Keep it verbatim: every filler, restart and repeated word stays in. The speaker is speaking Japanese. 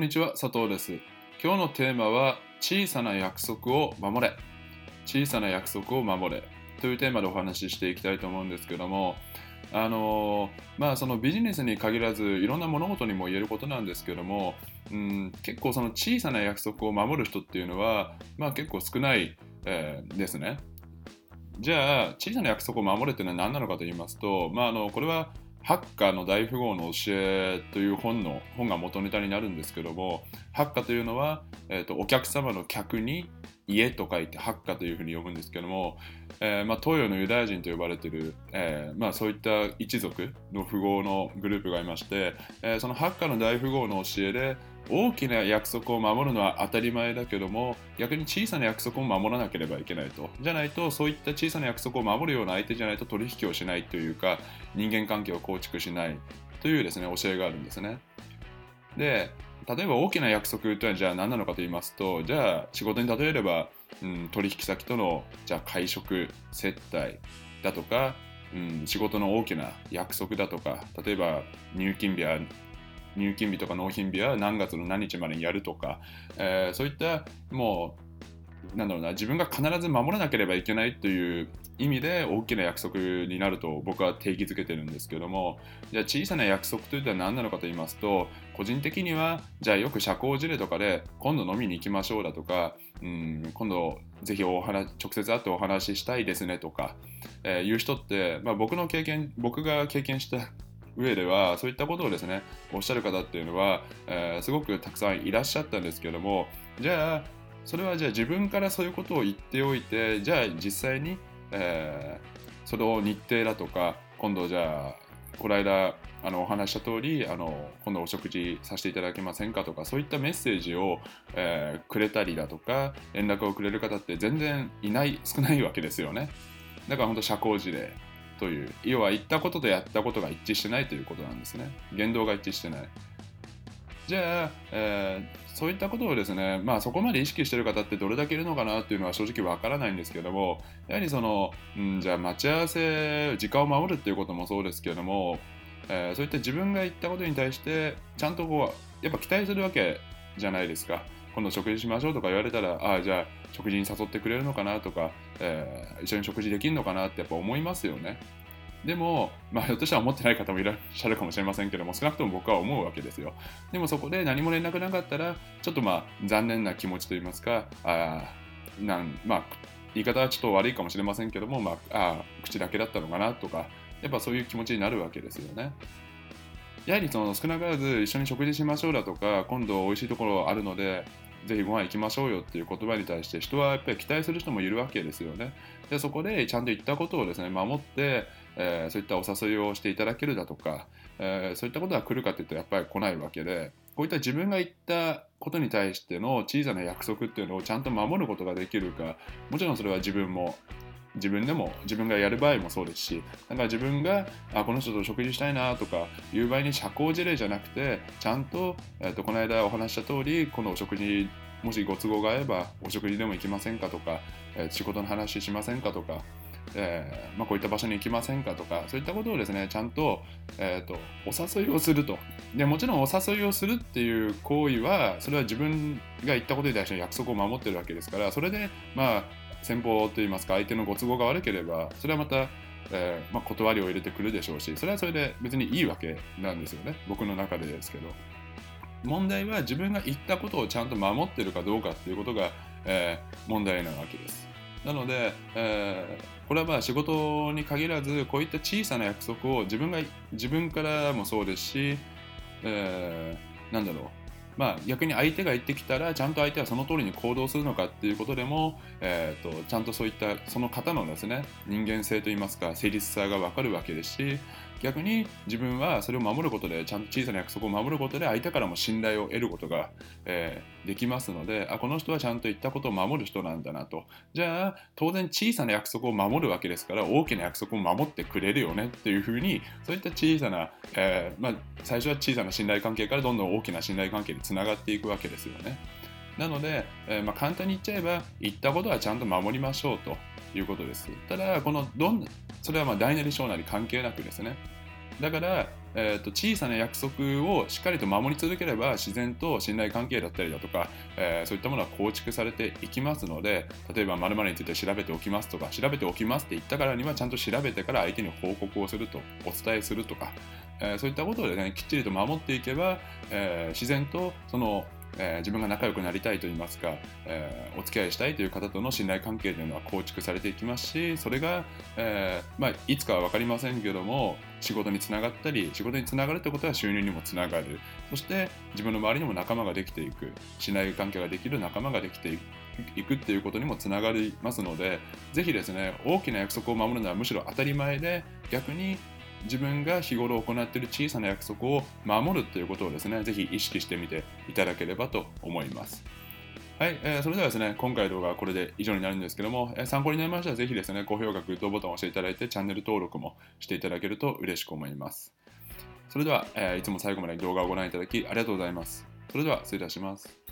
にちは、佐藤です。今日のテーマは小さな約束を守れ。小さな約束を守れというテーマでお話ししていきたいと思うんですけども、あのまあそのビジネスに限らずいろんな物事にも言えることなんですけども、うん、結構その小さな約束を守る人っていうのは、まあ、結構少ない、えーですね。じゃあ小さな約束を守れっていうのは何なのかと言いますと、まあ、あのこれはハッカーの大富豪の教えという本の本が元ネタになるんですけども、ハッカというのは、えーと、お客様の客に家と書いてハッカというふうに呼ぶんですけども、えーまあ、東洋のユダヤ人と呼ばれている、えーまあ、そういった一族の富豪のグループがいまして、えーそのハッカの大富豪の教えで大きな約束を守るのは当たり前だけども、逆に小さな約束を守らなければいけないと。じゃないと、そういった小さな約束を守るような相手じゃないと取引をしないというか、人間関係を構築しないというですね、教えがあるんですね。で、例えば大きな約束というのはじゃあ何なのかと言いますと、じゃあ仕事に例えれば、うん、取引先とのじゃあ会食、接待だとか、うん、仕事の大きな約束だとか、例えば入金日は入金日とか納品日は何月の何日までにやるとか、えーそういったもうなんだろうな、自分が必ず守らなければいけないという意味で大きな約束になると僕は定義づけてるんですけども、じゃあ小さな約束というのは何なのかと言いますと、個人的にはじゃあよく社交辞令とかで今度飲みに行きましょうだとか、うん、今度ぜひお話直接会ってお話ししたいですねとか、えーいう人って、まあ、僕の経験僕が経験した上ではそういったことをですねおっしゃる方っていうのは、えーすごくたくさんいらっしゃったんですけども、じゃあそれはじゃあ自分からそういうことを言っておいて、じゃあ実際に、えーそれを日程だとか、今度じゃあこの間あのお話した通りあの今度お食事させていただけませんかとか、そういったメッセージを、えーくれたりだとか連絡をくれる方って全然いない少ないわけですよね。だから本当社交辞令という、要は言ったこととやったことが一致してないということなんですね。言動が一致してない。じゃあ、えーそういったことをですね、まあそこまで意識している方ってどれだけいるのかなっていうのは正直わからないんですけども、やはりその、うん、じゃあ待ち合わせ、時間を守るっていうこともそうですけれども、えーそういった自分が言ったことに対してちゃんとこうやっぱ期待するわけじゃないですか。今度食事しましょうとか言われたら、ああじゃあ食事に誘ってくれるのかなとか、えー一緒に食事できるのかなってやっぱ思いますよね。でも、まあ、ひょっとしたら思ってない方もいらっしゃるかもしれませんけども、少なくとも僕は思うわけですよ。でもそこで何も連絡なかったら、ちょっとまあ残念な気持ちといいますか、あなんまあ、言い方はちょっと悪いかもしれませんけども、まあ、あ口だけだったのかなとか、やっぱそういう気持ちになるわけですよね。やはりその少なからず一緒に食事しましょうだとか、今度美味しいところあるので、ぜひご飯行きましょうよっていう言葉に対して人はやっぱり期待する人もいるわけですよね。でそこでちゃんと言ったことをですね守って、えーそういったお誘いをしていただけるだとか、えーそういったことが来るかというとやっぱり来ないわけで、こういった自分が言ったことに対しての小さな約束っていうのをちゃんと守ることができるか、もちろんそれは自分も自分でも自分がやる場合もそうですし、だから自分があこの人と食事したいなとかいう場合に社交辞令じゃなくて、ちゃんと、えーとこの間お話した通り、このお食事もしご都合が合えばお食事でも行きませんかとか、えー仕事の話しませんかとか、えーまあ、こういった場所に行きませんかとか、そういったことをですねちゃんと、えーとお誘いをすると。でもちろんお誘いをするっていう行為はそれは自分が言ったことに対しての約束を守ってるわけですから、それでまあ先方といいますか相手のご都合が悪ければそれはまた、えーまあ、断りを入れてくるでしょうし、それはそれで別にいいわけなんですよね、僕の中でですけど。問題は自分が言ったことをちゃんと守ってるかどうかっていうことが、えー問題なわけです。なので、えーこれはまあ仕事に限らずこういった小さな約束を自分が自分からもそうですし、えーなんだろうまあ、逆に相手が言ってきたらちゃんと相手はその通りに行動するのかっていうことでも、えー、とちゃんとそういったその方のですね人間性といいますか誠実さが分かるわけですし、逆に自分はそれを守ることでちゃんと小さな約束を守ることで相手からも信頼を得ることが、えーできますので、あこの人はちゃんと言ったことを守る人なんだなと。じゃあ当然小さな約束を守るわけですから大きな約束を守ってくれるよねっていうふうに、そういった小さな、えーまあ、最初は小さな信頼関係からどんどん大きな信頼関係につながっていくわけですよね。なので、えーまあ、簡単に言っちゃえば言ったことはちゃんと守りましょうということです。ただこのどんそれはまあ大なり小なり関係なくですね、だからえー、と小さな約束をしっかりと守り続ければ自然と信頼関係だったりだとか、えーそういったものは構築されていきますので、例えば〇〇について調べておきますとか、調べておきますって言ったからにはちゃんと調べてから相手に報告をすると、お伝えするとか、えーそういったことを、ね、きっちりと守っていけば、えー自然とそのえー自分が仲良くなりたいといいますか、えーお付き合いしたいという方との信頼関係というのは構築されていきますし、それが、えーまあ、いつかは分かりませんけども、仕事につながったり、仕事につながるということは収入にもつながる、そして自分の周りにも仲間ができていく、信頼関係ができる仲間ができていくいくっていうことにもつながりますので、ぜひですね、大きな約束を守るのはむしろ当たり前で、逆に自分が日頃行っている小さな約束を守るということをですね、ぜひ意識してみていただければと思います。はい、えーそれではですね、今回の動画はこれで以上になるんですけども、えー参考になりましたらぜひですね、高評価、グッドボタンを押していただいて、チャンネル登録もしていただけると嬉しく思います。それでは、えーいつも最後まで動画をご覧いただきありがとうございます。それでは失礼いたします。